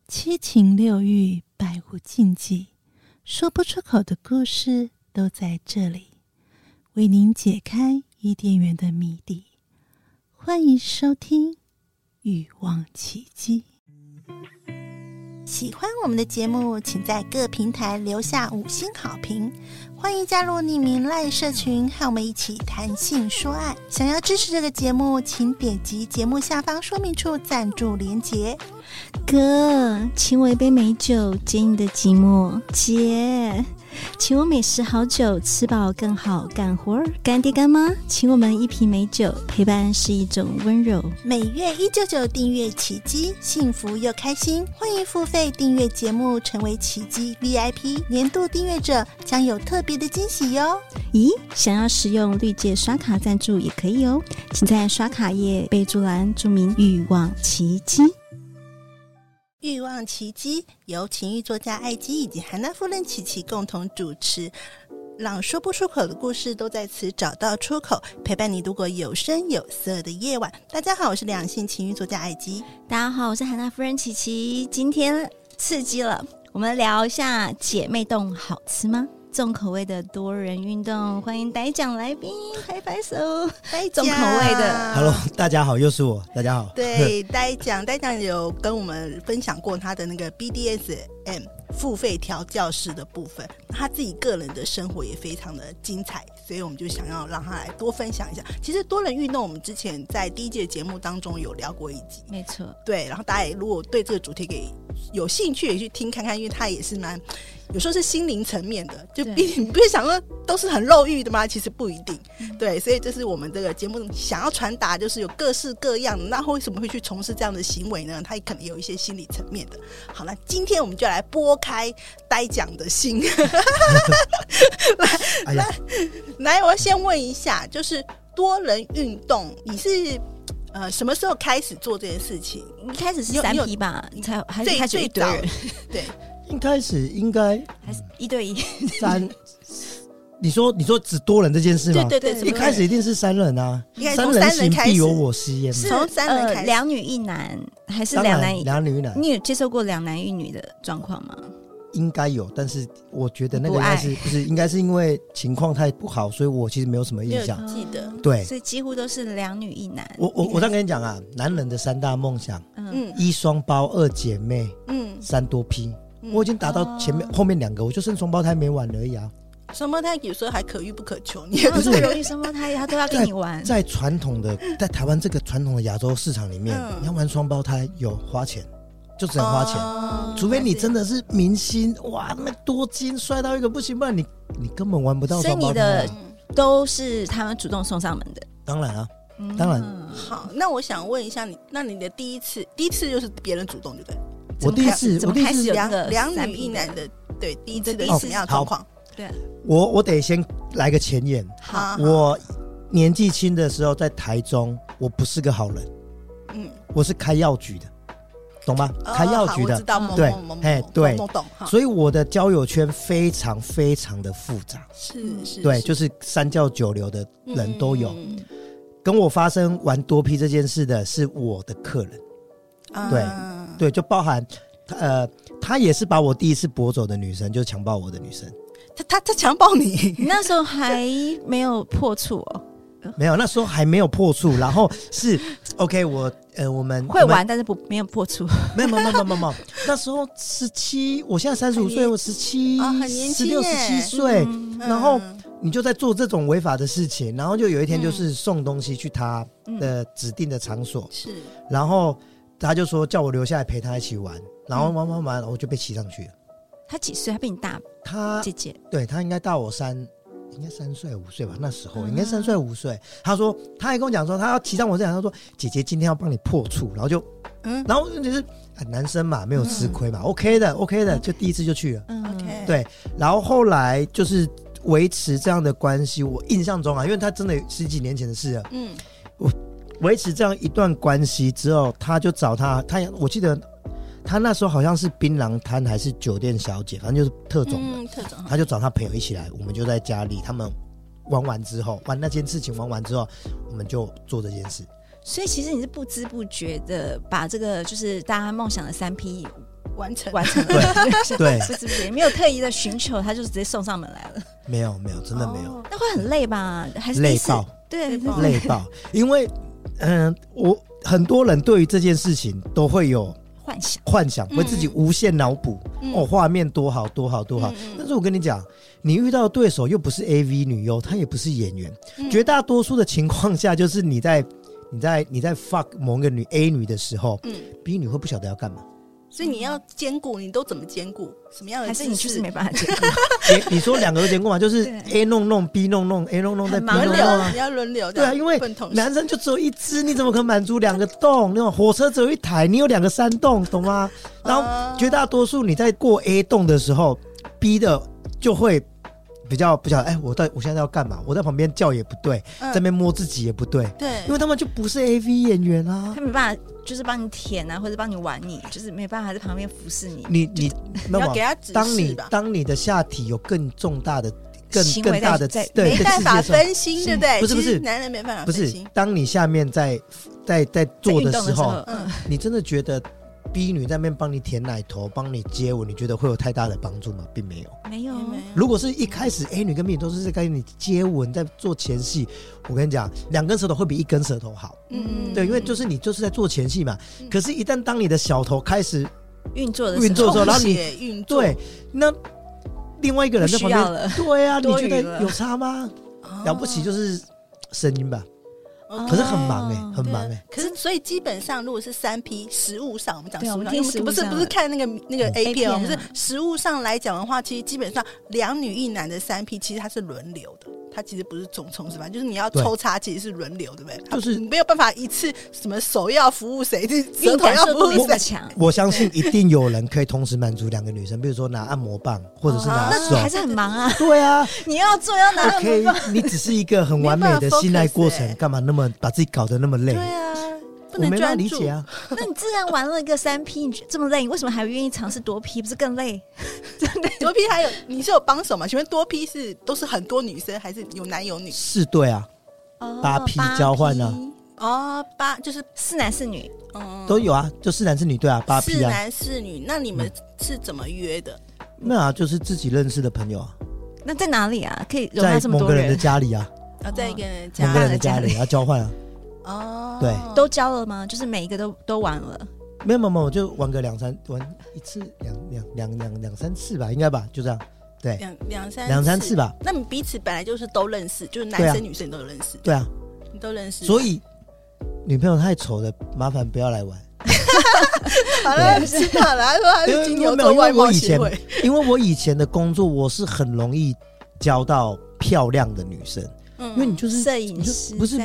七情六欲，百无禁忌，说不出口的故事都在这里，为您解开伊甸园的谜底。欢迎收听《欲望奇迹》。喜欢我们的节目，请在各平台留下5星好评。欢迎加入匿名LINE社群，和我们一起谈性说爱。想要支持这个节目，请点击节目下方说明处赞助连结。 哥，请我一杯美酒解你的寂寞。姐，请我美食好酒，吃饱更好干活。干爹干妈，请我们一瓶美酒，陪伴是一种温柔。 每月199订阅奇迹，幸福又开心。欢迎付费订阅节目，成为奇迹 VIP 年度订阅者，将有特别的惊喜哟。 咦，想要使用绿界刷卡赞助也可以哦，请在刷卡页备注栏注明欲望奇迹。 欲望奇迹由情欲作家艾姬以及韩娜夫人琪琪共同主持，让说不出口的故事都在此找到出口，陪伴你度过有声有色的夜晚。大家好，我是两性情欲作家艾姬。 大家好，我是韩娜夫人琪琪。今天刺激了，我们聊一下姐妹冻好吃吗？重口味的多人运动，欢迎呆奖来宾，拍拍手。重口味的 Hello， 大家好，又是我，大家好。 对，呆奖有跟我们分享过他的那个 BDSM 付费调教师的部分，他自己个人的生活也非常的精彩，所以我们就想要让他来多分享一下。其实多人运动我们之前在第一季的节目当中有聊过一集， 没错， 对，然后大家也如果对这个主题给有兴趣也去听看看，因为他也是蛮有时候是心灵层面的，就你不是想说都是很肉欲的吗？其实不一定，对，所以这是我们这个节目想要传达，就是有各式各样的。那为什么会去从事这样的行为呢？他可能有一些心理层面的。好，那今天我们就来拨开呆奖的心，来，我要先问一下，就是多人运动，你是什么时候开始做这件事情？ 一开始是3P 吧，还是开始一堆人？ 对。 一开始应该还是1对 1你说只多人这件事吗？ 对， 一开始一定是3人啊，3人行必有我师焉。 是从3人开始 ，2女1男还是2男 2女1男？ 你有接受过2男1女的状况吗？ 应该有，但是我觉得那个应该是不是应该是因为情况太不好，所以我其实没有什么印象记得。 对， 所以几乎都是2女1男。 我这样跟你讲啊，男人的3大梦想，1双胞，2姐妹，3多批。我已经达到前面后面2个，我就剩双胞胎没玩而已啊。 双胞胎有时候还可遇不可求，你不是容易双胞胎，他都要跟你玩。 在传统的，在台湾这个传统的亚洲市场里面，你要玩双胞胎有花钱，就只能花钱，除非你真的是明星，哇，那多金帅到一个不行，不然你根本玩不到双胞胎。 所以你的都是他们主动送上门的？ 当然啊，当然。 好，那我想问一下你，那你的第一次就是别人主动，对不对？ 我第一次 2女1男的，对，第一次的什么样的状况？ 对， 我得先来个前言。 好， 我年纪轻的时候在台中，我不是个好人，我是开药局的，懂吗？开药局的，对，对，所以我的交友圈非常非常的复杂， 是， 对，就是3教9流的人都有。跟我发生玩多批这件事的是我的客人，对，就包含他也是把我第一次夺走的女生，就是强暴我的女生。 他强暴你？ 你那时候还没有破处哦？ 没有，那时候还没有破处，然后是 OK， 我们会玩，但是没有破处。 没有，那时候17，我现在35岁，我17， 很年轻 ，16、17岁，然后你就在做这种违法的事情，然后就有一天就是送东西去他的指定的场所， 是， 然后他就说叫我留下来陪他一起玩，然后玩，我就被骑上去了。 他几岁？他比你大？ 他姐姐， 对，他应该大我应该3岁5岁吧，那时候应该3岁5岁。他说，他还跟我讲说，他要骑上我这样，他说姐姐今天要帮你破处，然后就，然后就是男生嘛，没有吃亏嘛，OK 的，就第一次就去了 ，OK， 对，然后后来就是维持这样的关系，我印象中啊，因为他真的10几年前的事了，我维持这样一段关系之后，他就找他，我记得。他那时候好像是槟榔摊还是酒店小姐，反正就是特种的，他就找他朋友一起来，我们就在家里，他们玩完之后，玩那件事情玩完之后，我们就做这件事。 所以其实你是不知不觉的把这个就是大家梦想的3P 完成对不是，没有特意的寻求，他就直接送上门来了。 没有，真的没有。 那会很累吧？还是累爆？ 对， 累爆。因为我很多人对于这件事情都会有幻想，会自己无限脑补，画面多好多好多好。但是我跟你讲，你遇到的对手又不是 AV 女优，她也不是演员，绝大多数的情况下，就是你在 fuck 某个A 女的时候，B 女会不晓得要干嘛。 所以你要兼顾，你都怎么兼顾？什么样的姿势？ 还是你就是没办法兼顾？ 你说两个都兼顾嘛？就是 A 弄 B 弄 A 弄再 B 弄啊， 你要轮流。 对啊，因为男生就只有一只，你怎么可能满足两个洞？那种火车只有一台，你有2个山洞，懂吗？然后绝大多数你在过 A 洞的时候，B 的就会比较不晓得，我现在要干嘛？我在旁边叫也不对，在那边摸自己也不对， 对， 因为他们就不是 AV 演员啊， 他没办法，就是帮你舔啊，或者帮你玩你，就是没办法在旁边服侍你。 你要给他指示吧。 当你的下体有更重大的、更大的没办法分心，对不对？ 不是， 男人没办法分心。 不是，当你下面在做的时候，你真的觉得 B 女在那边帮你舔奶头、帮你接吻，你觉得会有太大的帮助吗？并没有， 没有。 如果是一开始 A 女跟 B 女都是在跟你接吻，在做前戏，我跟你讲，2根舌头会比1根舌头好。对，因为就是你就是在做前戏嘛。可是，一旦当你的小头开始运作的时候，然后你运作， 对，那另外一个人在旁边，对啊，你觉得有差吗？了不起就是声音吧。可是很忙很忙可是所以基本上，如果是3P 实物上，我们讲实物上，不是看那个 A 片我们是实物上来讲的话，其实基本上2女1男的3P，其实它是轮流的，它其实不是总是吧？就是你要抽插，其实是轮流，对不对？就是没有办法一次什么手要服务谁，舌头要服务谁。 我相信一定有人可以同时满足2个女生，比如说拿按摩棒，或者是拿手， 那还是很忙啊。 对啊， 你要做要拿按摩棒， 你只是一个很完美的性爱过程，干嘛那么把自己搞得那么累？ 对啊，不能专注，我没办法理解啊。 那你自然玩了一个3P， 你这么累，你为什么还愿意尝试多 P？ 不是更累？ 多 P 还有你是有帮手吗？请问多 P 都是很多女生，还是有男有女 ？4对啊，8P 交换啊。 就是 4男4女， 都有啊，就4男4女对啊，8P 啊 ，4男4女。那你们是怎么约的？ 没有啊，就是自己认识的朋友啊。 那在哪里啊？可以容纳这么多人？ 在某个人的家里啊。 在一个人的家里要交换啊。对， 都交了吗？就是每一个都玩了？ 没有，我就玩个玩1次两三次吧，应该吧，就这样。对，两三次吧。 那你彼此本来就是都认识，就是男生女生都认识。 对啊， 你都认识。 所以女朋友太丑了，麻烦不要来玩。 好了，知道了。他说他是金牛座外貌协会。 因为我以前的工作，我是很容易交到漂亮的女生。因为你就是摄影师， 不是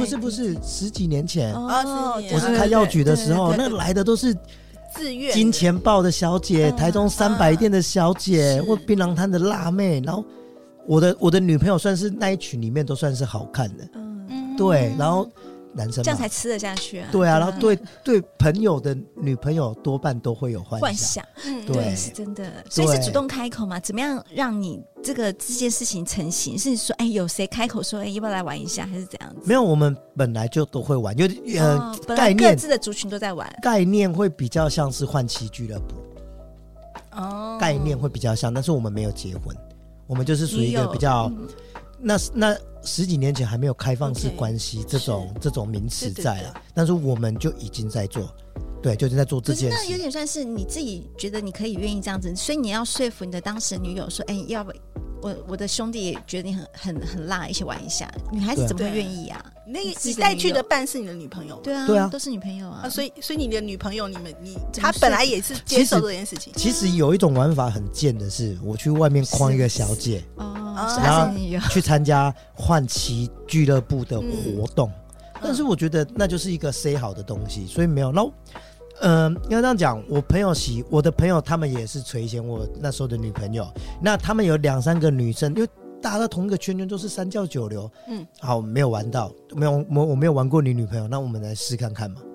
10几年前， 我是开药局的时候，那来的都是自愿金钱豹的小姐，台中300店的小姐，或槟榔摊的辣妹。然后我的女朋友算是那一群里面都算是好看的，对，然后男生这样才吃得下去啊。 对啊，然后对朋友的女朋友多半都会有幻想， 对，是真的。所以是主动开口嘛？怎么样让你这件事情成型？是说，有谁开口说，要不要来玩一下，还是怎样子？ 没有，我们本来就都会玩，就概念各自的族群都在玩， 概念会比较像是换妻俱乐部，概念会比较像，但是我们没有结婚，我们就是属于一个比较那10几年前还没有开放式关系这种名词在了，但是我们就已经在做，对，就是在做这件事。 那有点算是你自己觉得你可以愿意这样子，所以你要说服你的当时的女友说，要不我的兄弟也觉得你很辣，一起玩一下。女孩子怎么会愿意啊？ 那个你带去的伴是你的女朋友？ 对啊，都是女朋友啊。 所以你的女朋友，她本来也是接受这件事情。 其实有一种玩法很贱的是，我去外面诓一个小姐，然后去参加换妻俱乐部的活动，但是我觉得那就是一个 say 好的东西，所以没有。然后要这样讲，我的朋友他们也是垂涎我那时候的女朋友，那他们有2、3个女生，因为大家在同一个圈圈，都是3教9流，好，没有玩到，我没有玩过你女朋友，那我们来试看看嘛，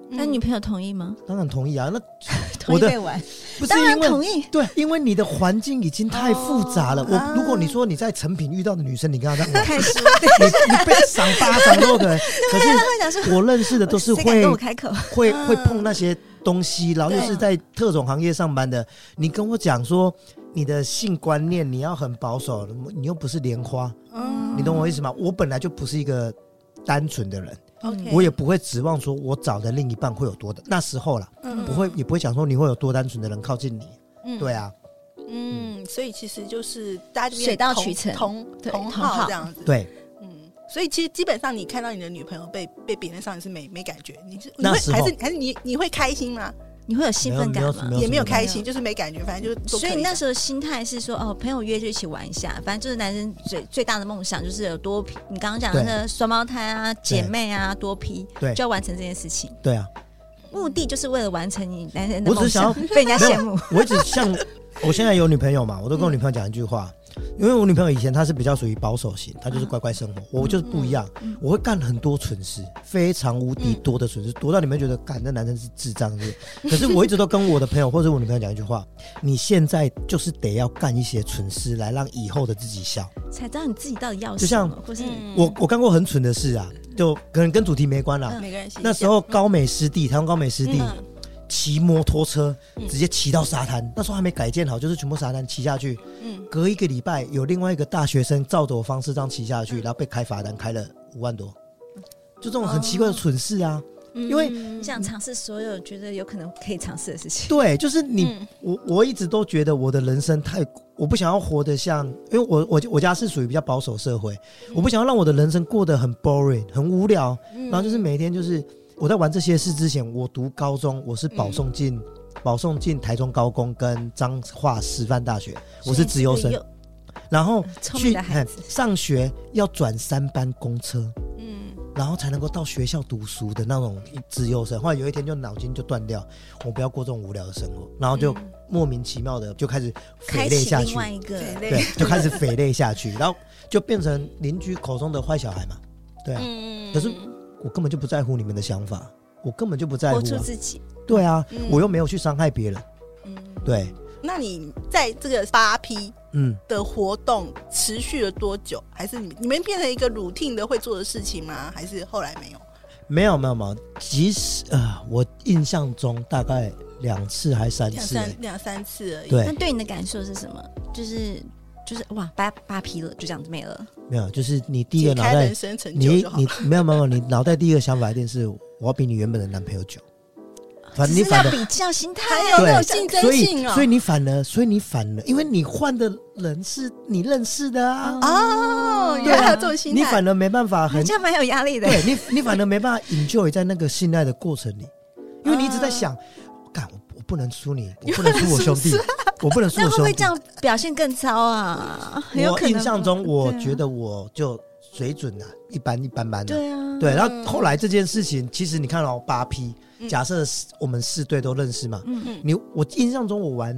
那女朋友同意吗？ 当然同意啊。那同意被玩， 不是当然同意。 对，因为你的环境已经太复杂了。如果你说你在成品遇到的女生，你跟她这样看书， 你被赏巴掌都可能。可是我认识的都是会碰那些东西，然后又是在特种行业上班的。你跟我讲说你的性观念你要很保守，你又不是莲花，你懂我意思吗？我本来就不是一个单纯的人。我也不会指望说我找的另一半会有多的，那时候啦，也不会讲说你会有多单纯的人靠近你。对啊， 所以其实就是大家就水到渠成， 同好这样子。 对， 所以其实基本上你看到你的女朋友被别人上，你是没感觉，还是你会开心吗？ 你会有兴奋感吗？ 也没有开心，就是没感觉，反正就是。 所以那时候心态是说，朋友约就一起玩一下，反正就是男生最大的梦想就是有多批。你刚刚讲的那双胞胎啊、姐妹啊、多批，就要完成这件事情。 对啊， 目的就是为了完成你男人的梦想，被人家羡慕。 我一直像我现在有女朋友嘛，我都跟我女朋友讲一句话。因为我女朋友以前她是比较属于保守型，她就是乖乖生活，我就是不一样，我会干很多蠢事，非常无敌多的蠢事，多到你们觉得干那男生是智障是。可是我一直都跟我的朋友或者我女朋友讲一句话，你现在就是得要干一些蠢事来让以后的自己笑， 才知道你自己到底要什么。 就像或是我干过很蠢的事啊，就可能跟主题没关啦，没关系。那时候高美湿地，台湾高美湿地。骑摩托车直接骑到沙滩，那时候还没改建好，就是全部沙滩骑下去。隔一个礼拜有另外一个大学生照着我方式这样骑下去，然后被开罚单，开了5万多。就这种很奇怪的蠢事啊，因为想尝试所有觉得有可能可以尝试的事情。 对，就是我一直都觉得我的人生我不想要活得像，因为我家是属于比较保守社会，我不想要让我的人生过得很 boring 很无聊，然后就是每天就是我在玩这些事之前，我读高中我是保送进台中高工跟彰化师范大学，我是资优生，然后去上学要转3班公车，然后才能够到学校读书的那种资优生。后来有一天就脑筋就断掉，我不要过这种无聊的生活，然后就莫名其妙的就开始匪类下去， 另外一个对，就开始匪类下去，然后就变成邻居口中的坏小孩嘛，对啊，可是我根本就不在乎你们的想法，我根本就不在乎， 活出自己。 对啊，我又没有去伤害别人。对。 那你在这个8P 的活动持续了多久？还是你们变成一个 routine 的会做的事情吗？还是后来没有？ 没有，其实我印象中大概2次还3次， 两三次而已。 对， 那对你的感受是什么？就是哇，8P 了，就这样子没了。 没有，就是你第一个脑袋，你没有，你脑袋第一个想法一定是我要比你原本的男朋友久。反正你反而比较心态， 还有那种竞争性所以你反了，因为你换的人是你认识的啊。 哦，原来还有这种心态， 你反而没办法这样蛮有压力的。 对，你反而没办法 enjoy 在那个信赖的过程里，因为你一直在想，干我不能输你，我不能输我兄弟，我不能输我兄弟。那会不会这样表现更糟啊？ 我印象中，我觉得我就水准啊，一般般的。 对啊， 对。然后后来这件事情，其实你看到8P。假设我们4队都认识嘛，我印象中我玩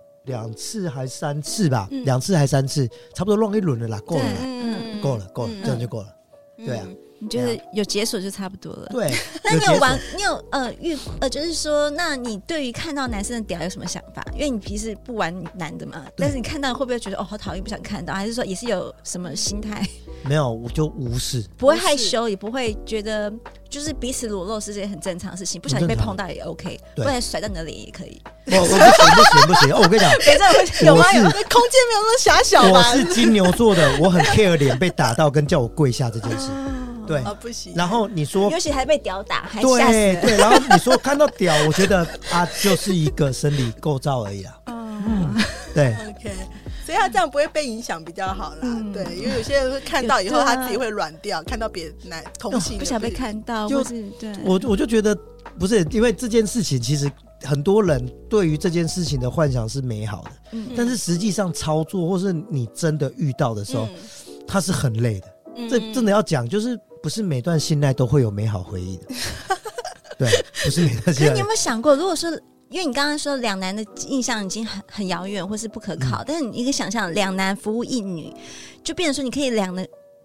2次还3次吧，2次还3次，差不多乱一轮了啦，够了，够了，这样就够了。对啊， 你觉得有解锁就差不多了。 对， 那你有就是说，那你对于看到男生的屌有什么想法？因为你平时不玩男的嘛，但是你看到会不会觉得好讨厌，不想看到？还是说也是有什么心态？ 没有，我就无视， 不会害羞，也不会觉得就是彼此裸露是件很正常的事情，不小心被碰到也 OK， 不然甩到你的脸也可以。 不行！我跟你讲， 有吗？ 空间没有那么狭小吧？ 我是金牛座的，我很 care 脸被打到跟叫我跪下这件事。对， 不行。 然后你说， 尤其还被屌打，还吓死人。 对，然后你说看到屌，我觉得就是一个生理构造而已啦。对 ，OK。所以他这样不会被影响比较好啦，对，因为有些人会看到以后他自己会软掉，看到别人同性不想被看到， 就是对，我就觉得不是，因为这件事情其实很多人对于这件事情的幻想是美好的，但是实际上操作或是你真的遇到的时候，它是很累的。这真的要讲，就是不是每段信赖都会有美好回忆的，对，不是每段信赖。 可你有没有想过，如果说？因为你刚刚说2男的印象已经很遥远或是不可靠，但是你一个想象2男服务1女，就变成说你可以2人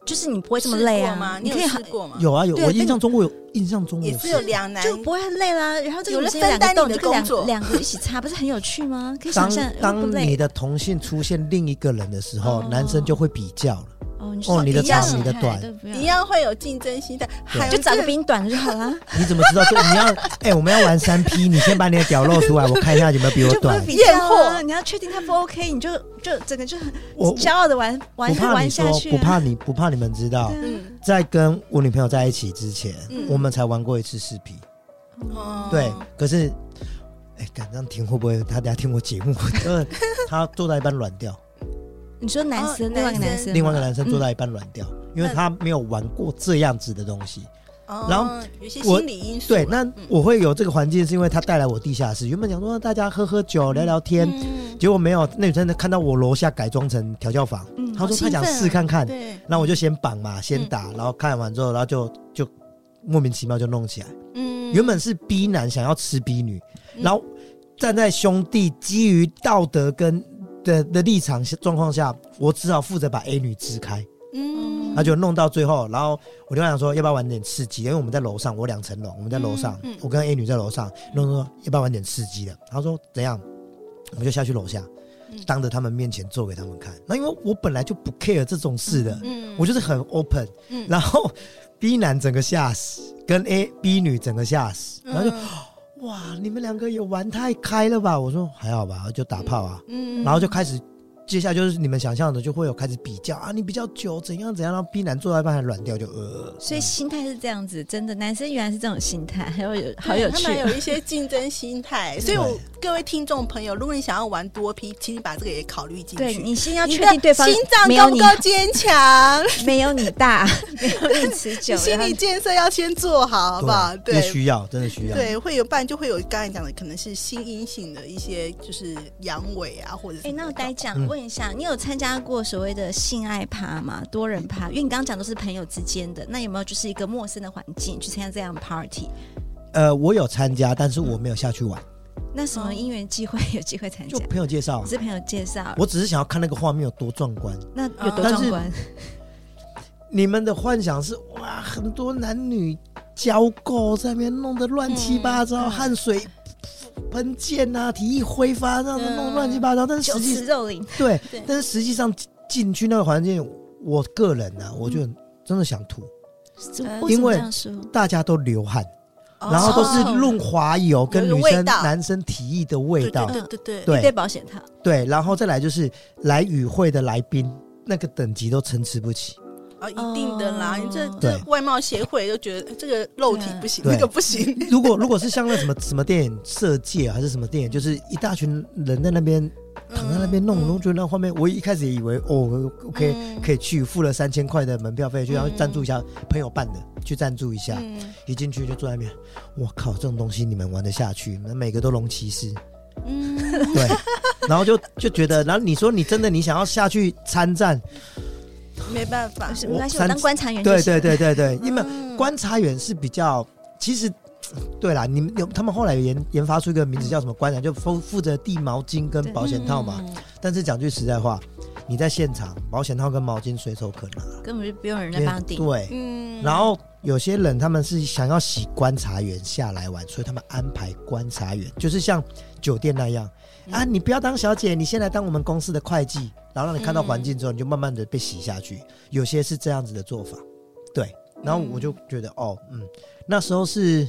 就是你不会这么累啊？ 你可以试过吗？ 有啊有，我印象中也是有两男就不会很累啦。然后这个有人分担你的工作， 两个一起擦，不是很有趣吗？可以想象， 当你的同性出现另一个人的时候，男生就会比较了。 哦， 你的长你的短， 一样会有竞争心态， 就找个比你短的就好了。 你怎么知道？你要我们要玩3P， 你先把你的屌露出来，我看一下有没有比我短。 就不会比较啊，你要确定他不 OK， 你就整个就很骄傲的玩下去。 不怕你们知道，在跟我女朋友在一起之前，我们才玩过一次4P。对，可是，敢这样听会不会他等下听我节目？他做到一半软掉。 你说男生，另外一个男生做到一半软掉，因为他没有玩过这样子的东西。然后有些心理因素。 对，那我会有这个环境，是因为他带来我地下室。原本想说大家喝酒聊聊天，结果没有。那女生看到我楼下改装成调教房，她说她想试看看，然后我就先绑嘛，先打，然后看完之后，然后就莫名其妙就弄起来。原本是 B 男想要吃 B 女，然后站在兄弟基于道德跟的立场状况下，我只好负责把 A 女支开。他就弄到最后，然后我就想说要不要玩点刺激的，因为我们在楼上，我2层楼，我们在楼上，我跟 A 女在楼上，弄说要不要玩点刺激的。他说怎样，我们就下去楼下，当着他们面前做给他们看。那因为我本来就不 care 这种事的，我就是很 open，然后 B 男整个吓死，跟 B 女整个吓死，然后就。哇，你们2个也玩太开了吧？我说还好吧，就打炮啊。然后就开始，接下来就是你们想象的，就会有开始比较啊，你比较久怎样，然后 B 男做到一半还软掉，就所以心态是这样子，真的，男生原来是这种心态，好有趣。 他们有一些竞争心态，所以各位听众朋友，如果你想要玩多批，请你把这个也考虑进去。 对，你先要确定对方心脏够不够坚强， 没有你大，没有你持久， 心理建设要先做好，好不好？ 对，需要，真的需要。 对，会有不然就会有刚才讲的，可能是心因性的一些就是阳痿啊，或者是。 那我来讲，问一下，你有参加过所谓的性爱趴吗？多人趴？因为你刚刚讲都是朋友之间的，那有没有就是一个陌生的环境去参加这样的 party？ 我有参加，但是我没有下去玩。 那什么因缘机会有机会参加？ 就朋友介绍， 是朋友介绍。 我只是想要看那个画面有多壮观。 那有多壮观？ 你们的幻想是哇，很多男女交媾在那边弄得乱七八糟，汗水喷溅啊，体液挥发，这样子弄乱七八糟。但是实际酒池肉林， 对，但是实际上进去那个环境，我个人啊，我就真的想吐，因为大家都流汗。然后都是润滑油跟女生男生体液的味道， 对，一堆保险套， 对，然后再来就是来与会的来宾，那个等级都参差不齐。 一定的啦，你这外貌协会都觉得这个肉体不行，那个不行。 如果是像那什么电影色戒还是什么电影，就是一大群人在那边躺在那边弄，我觉得那画面，我一开始也以为OK 可以去，付了3000块的门票费，就要赞助一下朋友办的，去赞助一下。一进去就坐在那边，我靠，这种东西你们玩得下去？每个都龙骑士。对，然后就觉得，然后你说你真的你想要下去参战。 没办法， 没关系，我当观察员就行。 对，因为观察员是比较，其实对啦，他们后来研发出一个名字叫什么观察，就负责递毛巾跟保险套嘛。但是讲句实在话，你在现场，保险套跟毛巾随手可拿， 根本就不用人来帮递。 对，然后有些人他们是想要洗观察员下来玩，所以他们安排观察员，就是像酒店那样啊，你不要当小姐，你先来当我们公司的会计。然后让你看到环境之后，你就慢慢的被洗下去。有些是这样子的做法，对。然后我就觉得，那时候是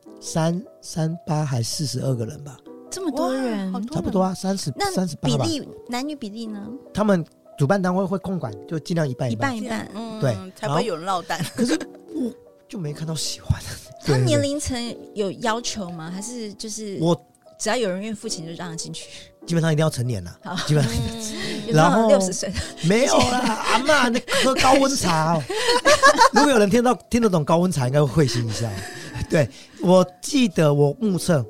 38还42个人吧， 这么多人， 差不多啊，38吧。 比例男女比例呢？ 他们主办单位会控管，就尽量一半，对， 才不会有人落单。 可是我就没看到喜欢的。 他年龄层有要求吗？还是就是我只要有人愿意付钱就让他进去？ 基本上一定要成年了，基本上。 然后60岁没有啦，阿嬷那喝高温茶如果有人听得懂高温茶，应该会会心一笑。对，我记得我目测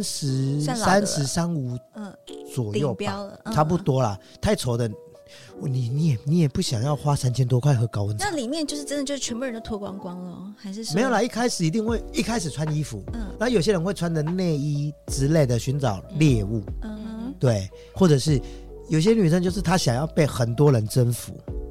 30-35左右吧，差不多啦。太丑的你也不想要花3000多块喝高温茶。 那里面就是真的就是全部人都脱光光了，还是说没有啦？一开始穿衣服，然后有些人会穿的内衣之类的寻找猎物，对，或者是有些女生就是她想要被很多人征服，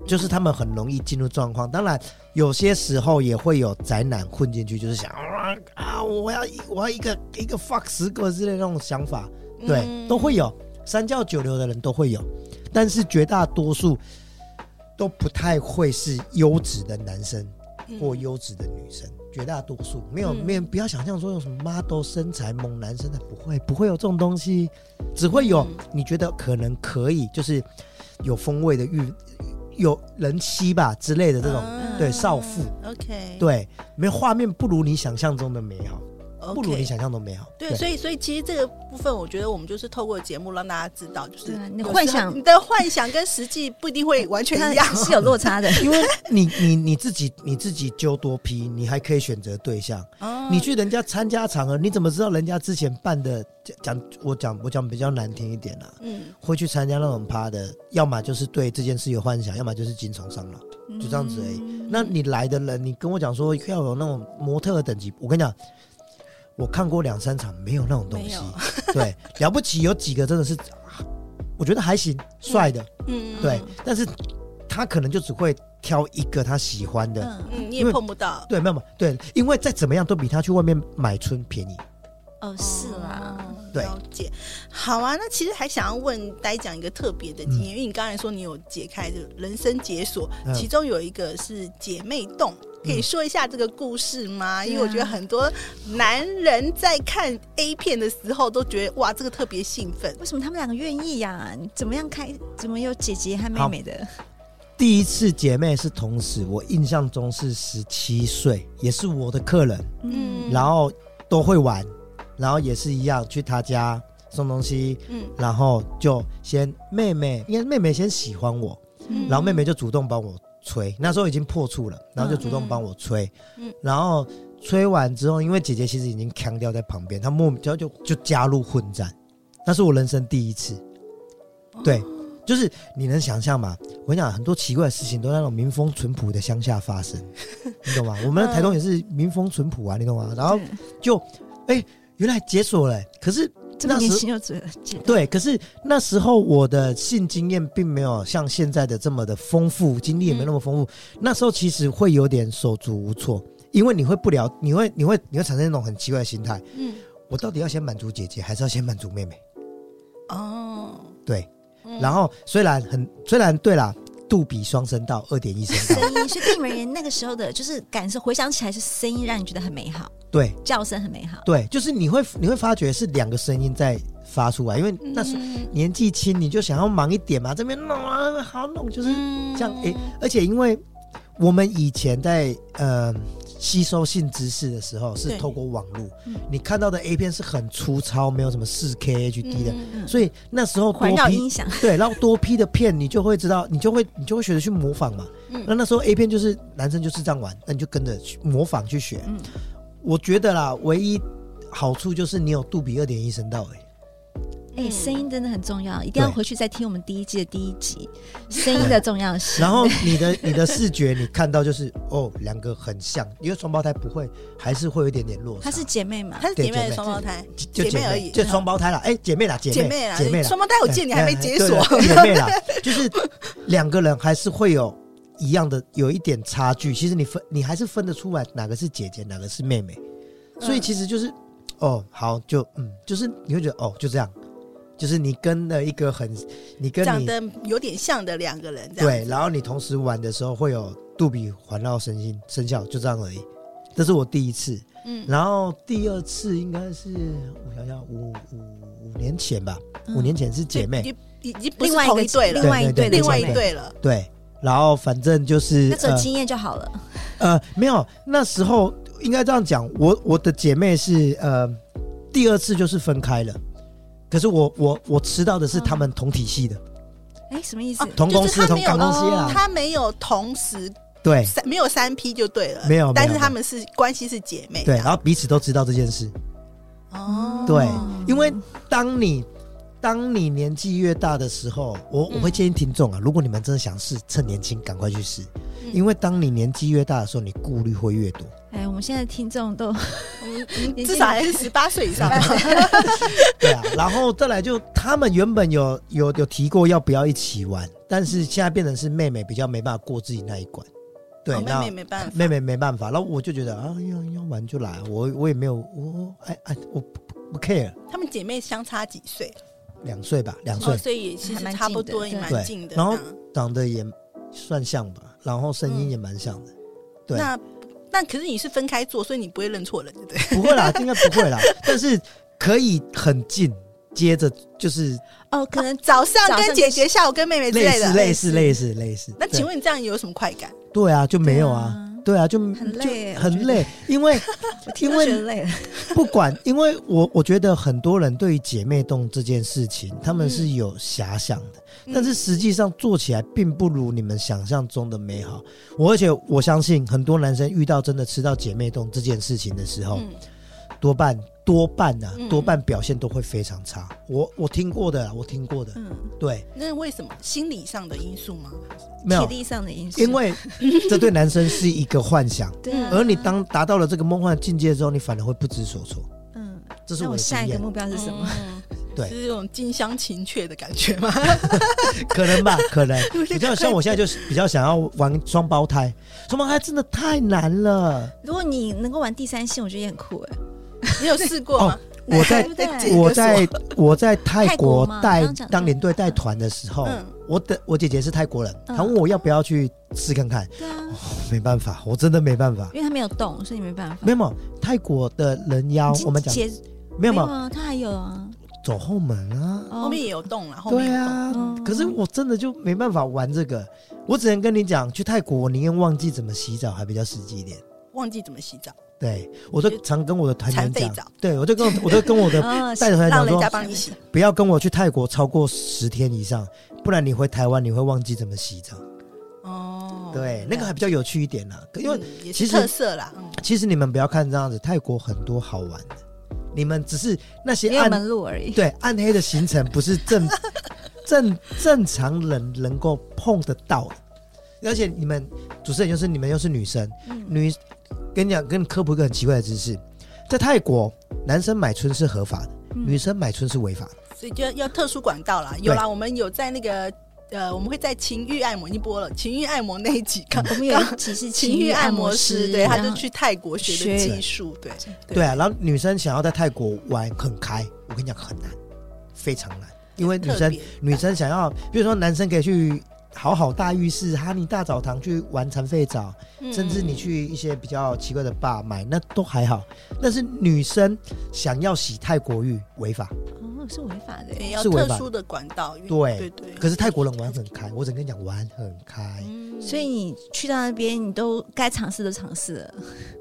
就是他们很容易进入状况。当然有些时候也会有宅男混进去，就是想我要一个 fuck 10个之类的那种想法，对，都会有，三教九流的人都会有，但是绝大多数都不太会是优质的男生或优质的女生，绝大多数没有，不要想象说有什么 model 身材猛男生的，不会有这种东西，只会有你觉得可能可以，就是有风味的有人妻吧之类的这种，对，少妇 ，OK， 对，没有画面不如你想象中的美好。不如你想象都美好。 对，所以其实这个部分，我觉得我们就是透过节目让大家知道，就是你的幻想跟实际不一定会完全一样， 是有落差的。 因为你自己揪多批，你还可以选择对象。你去人家参加场合，你怎么知道人家之前办的？我讲比较难听一点啦，会去参加那种趴的，要么就是对这件事有幻想，要么就是精虫上脑，就这样子而已。那你来的人，你跟我讲说要有那种模特的等级，我跟你讲。我看过2-3场，没有那种东西。对，了不起有几个真的是，我觉得还行，帅的，对。但是他可能就只会挑一个他喜欢的， 你也碰不到。 对，没有，对，因为再怎么样都比他去外面买春便宜。 是啦， 对， 了解。好啊，那其实还想要问呆讲一个特别的经验，因为你刚才说你有解开这个人生解锁，其中有一个是姐妹洞。可以说一下这个故事吗？因为我觉得很多男人在看 A 片的时候都觉得哇，这个特别兴奋。 为什么他们两个愿意呀？怎么有姐姐和妹妹的？ 第一次姐妹是同时，我印象中是17岁，也是我的客人，然后都会玩，然后也是一样去他家送东西，然后就先妹妹先喜欢我，然后妹妹就主动帮我吹，那时候已经破处了，然后就主动帮我吹，然后吹完之后，因为姐姐其实已经扛掉在旁边，她就加入混战，那是我人生第一次，对，就是你能想象吗？我跟你讲，很多奇怪的事情都在那种民风淳朴的乡下发生，你懂吗？我们的台东也是民风淳朴啊，你懂吗？然后就原来解锁了，可是这么年轻就解了。 对，可是那时候我的性经验并没有像现在的这么的丰富，经历也没那么丰富。那时候其实会有点手足无措，因为你会产生那种很奇怪的心态。我到底要先满足姐姐，还是要先满足妹妹？对。然后虽然对啦，杜比双声道2.1声道， 声音，所以对你们而言，那个时候的就是感受，回想起来是声音让你觉得很美好， 对， 叫声很美好， 对，就是你会发觉是2个声音在发出来，因为那时候年纪轻，你就想要忙一点嘛，这边弄啊，好弄，就是这样。而且因为我们以前在吸收性知识的时候是透过网络，你看到的 A 片是很粗糙，没有什么 4K HD 的，所以那时候环绕音响， 对，然后多批的片你就会知道，你就会学着去模仿嘛。那时候 A 片就是男生就是这样玩，那你就跟着模仿去学。我觉得啦，唯一好处就是你有杜比2.1声道而已。 声音真的很重要，一定要回去再听我们第1季的第1集，声音的重要性。 然后你的视觉你看到就是2个很像，因为双胞胎不会，还是会有一点点落差。 她是姐妹嘛？ 她是姐妹的双胞胎， 姐妹而已， 就双胞胎啦。姐妹啦，姐妹啦， 双胞胎我记得你还没解锁。 姐妹啦，就是2个人还是会有一样的，有一点差距。其实你还是分得出来哪个是姐姐，哪个是妹妹。所以其实就是好，就是你会觉得就这样。就是你跟了一个你长得有点像的2个人这样， 对，然后你同时玩的时候会有杜比环绕声效，就这样而已。这是我第一次，然后第2次应该是我想想5年前吧，5年前是姐妹， 已经不是同一对了，另外一对了， 对。然后反正就是那种经验就好了。 没有，那时候应该这样讲，我的姐妹是第2次就是分开了。可是我吃到的是他们同体系的， 什么意思？ 同公司、同港公司啊， 他没有同时对， 没有3P 就对了， 没有， 但是他们是关系是姐妹， 对，然后彼此都知道这件事。对，因为当你年纪越大的时候，我会建议听众啊，如果你们真的想试，趁年轻赶快去试，因为当你年纪越大的时候，你顾虑会越多。 我们现在听众都至少还是18岁以上。 对啊，然后再来就他们原本有提过要不要一起玩，但是现在变成是妹妹比较没办法过自己那一关。对， 妹妹没办法， 妹妹没办法，然后我就觉得啊，要玩就来，我也没有我不 care。 她们姐妹相差几岁 ？2岁吧，2岁， 所以其实差不多也蛮近的。 然后长得也算像吧，然后声音也蛮像的。对， 那可是你是分开坐，所以你不会认错人，对不对？ 不会啦，应该不会啦，但是可以很近。接着就是可能早上跟姐姐，下午跟妹妹之类的， 类似。 那请问你这样有什么快感？ 对啊，就没有啊。对啊，就很累， 很累，因为累了。 不管，因为我觉得很多人对于姐妹洞这件事情，他们是有遐想的，但是实际上做起来并不如你们想象中的美好。而且我相信很多男生遇到真的吃到姐妹洞这件事情的时候，多半表现都会非常差。我听过的，对。 那为什么？心理上的因素吗？ 没有， 体力上的因素。 因为这对男生是一个幻想，而你当达到了这个梦幻境界之后，你反而会不知所措。这是我的经验。 下一个目标是什么？ 对， 是这种近乡情怯的感觉吗？ 可能吧，可能。比较像我现在就是比较想要玩双胞胎，双胞胎真的太难了。 如果你能够玩第3性，我觉得也很酷哎。 你有试过吗？ 我在泰国当领队带团的时候，我姐姐是泰国人，她问我要不要去试看看。 对啊， 没办法，我真的没办法， 因为她没有动，所以你没办法。 没有，泰国的人妖我们讲没有啊，她还有啊， 走后门啊， 后面也有动了。 对啊，可是我真的就没办法玩这个，我只能跟你讲，去泰国我宁愿忘记怎么洗澡还比较实际一点。 忘记怎么洗澡？ 对，我都常跟我的团员讲，对，我就跟我的带团员讲说， 让人家帮你洗， 不要跟我去泰国超过10天以上，不然你回台湾你会忘记怎么洗澡。对，那个还比较有趣一点啦，因为其实特色啦。 其实你们不要看这样子，泰国很多好玩的，你们只是那些门路而已。 对，暗黑的行程不是正常人能够碰得到的，而且你们主持人就是你们又是女生，跟你讲，跟你科普一个很奇怪的知识，在泰国，男生买春是合法的，女生买春是违法的， 所以就要特殊管道啦。有啦，我们有在那个我们会在情欲按摩已经播了，情欲按摩那一集， 我们有一集是情欲按摩师，对，他就去泰国学的技术， 对啊。然后女生想要在泰国玩很开，我跟你讲很难，非常难，因为女生想要，比如说男生可以去好好大浴室、哈尼大澡堂去玩残废澡，甚至你去一些比较奇怪的bar买，那都还好。但是女生想要洗泰国浴违法， 是违法的， 要特殊的管道。对。 可是泰国人玩很开，我只跟你讲玩很开， 所以你去到那边，你都该尝试都尝试了。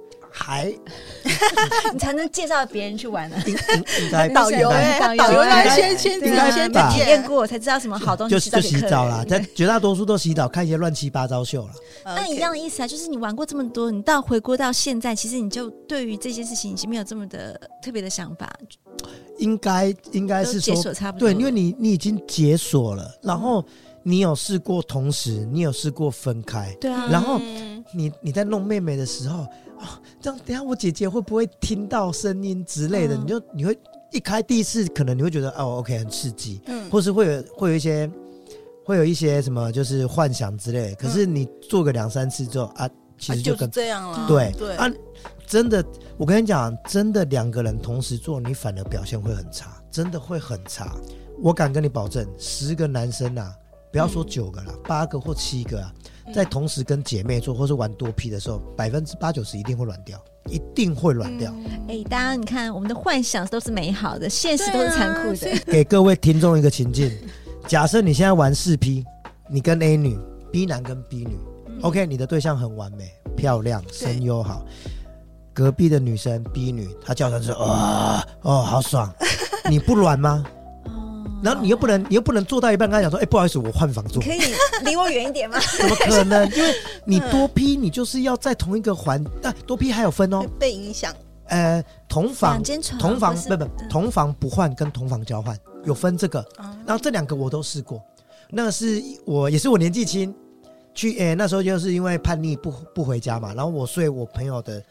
你才能介绍别人去玩呢。 应该导游先体验过，才知道什么好东西。 就洗澡啦，但绝大多数都洗澡，看一些乱七八糟秀啦。 那一样的意思啊，就是你玩过这么多，你回归到现在，其实你就对于这件事情已经没有这么的特别的想法。 应该是说解锁差不多， 对，因为你已经解锁了，然后你有试过同时，你有试过分开， 对啊， 然后你在弄妹妹的时候。这样等一下我姐姐会不会听到声音之类的，你会一开第一次可能你会觉得OK 很刺激，或是会有一些什么就是幻想之类的，可是你做个2-3次之后其实就是这样了。 对真的我跟你讲，真的2个人同时做，你反而表现会很差，真的会很差。我敢跟你保证，10个男生不要说9个啦，8个或7个在同时跟姐妹做或是玩多批的时候，80%-90%一定会软掉，一定会软掉。 大家你看，我们的幻想都是美好的，现实都是残酷的。 给各位听众一个情境，假设你现在玩4P，你跟 A 女 ，B 男跟 B 女，OK， 你的对象很完美、漂亮、声优好，隔壁的女生 B 女，她叫声是好爽，你不软吗？然后你又不能做到一半跟他讲说，不好意思，我换房做， 可以离我远一点吗？ 怎么可能？因为你多批，你就是要在同一个多批还有分被影响。 同房同房不换跟同房交换有分这个，然后这2个我都试过。那个是也是我年纪轻去，那时候就是因为叛逆不回家嘛，然后我睡我朋友的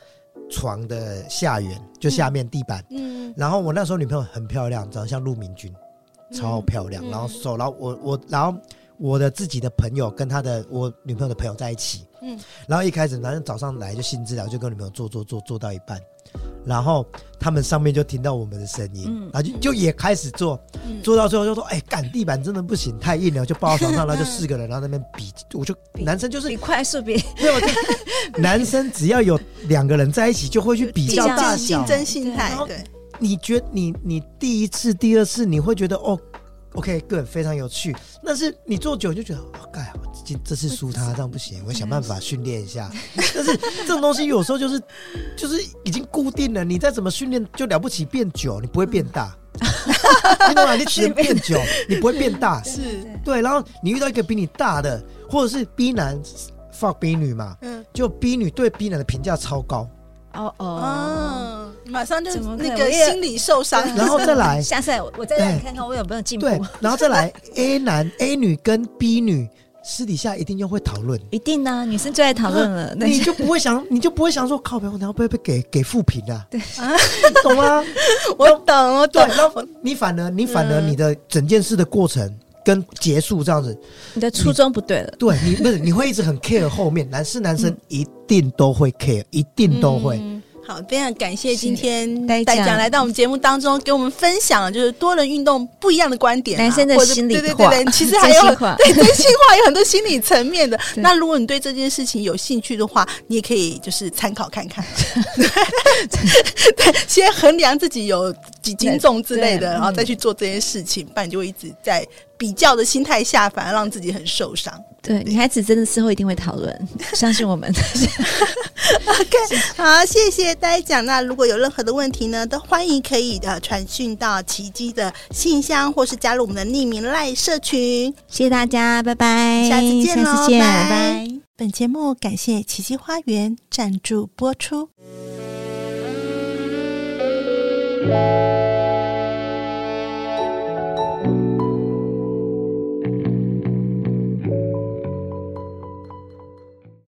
床的下缘，就下面地板。然后我那时候女朋友很漂亮，长得像陆明君，超漂亮。然后然后我的自己的朋友跟我女朋友的朋友在一起。然后一开始男生早上来就性治疗，就跟女朋友做到一半，然后他们上面就听到我们的声音，然后就也开始做到最后就说，干地板真的不行，太硬了，就抱到床上，然后就4个人，然后在那边比，我就男生就是比快速比， 没有，男生只要有2个人在一起，就会去比较大小， 竞争心态。对， 你觉得你第一次、第二次你会觉得OK good 非常有趣，但是你做久就觉得这次输他这样不行，我想办法训练一下。但是这种东西有时候就是已经固定了，你再怎么训练就了不起变久，你不会变大。你懂吗？你只能变久，你不会变大。 是对，然后你遇到一个比你大的，或者是 B 男 fuck B 女嘛，就 B 女对 B 男的评价超高。 马上就那个心理受伤， 然后再来， 下次我再让你看看我有没有进步。 对，然后再来 A 男 A 女跟 B 女私底下一定又会讨论， 一定啊，女生最爱讨论了， 你就不会想说靠北，我然后会不会给负评啊？对，懂吗？ 我懂。 对，然后你反而你的整件事的过程跟结束这样子， 你的初衷不对了。 对，你会一直很 care 后面，男生一定都会 care， 一定都会。 好，非常感谢今天戴讲来到我们节目当中，给我们分享就是多人运动不一样的观点， 男生的心理话，对，其实还有对真心话有很多心理层面的。那如果你对这件事情有兴趣的话，你也可以就是参考看看，对，先衡量自己有几斤重之类的，然后再去做这件事情，不然你就会一直在比较的心态下，反而让自己很受伤。 对，女孩子真的事后一定会讨论，相信我们。 OK， 好，谢谢戴讲。那如果有任何的问题呢，都欢迎可以传讯到奇迹的信箱，或是加入我们的匿名LINE社群。 谢谢大家，拜拜， 下次见喽， 拜拜。 本节目感谢奇迹花园赞助播出。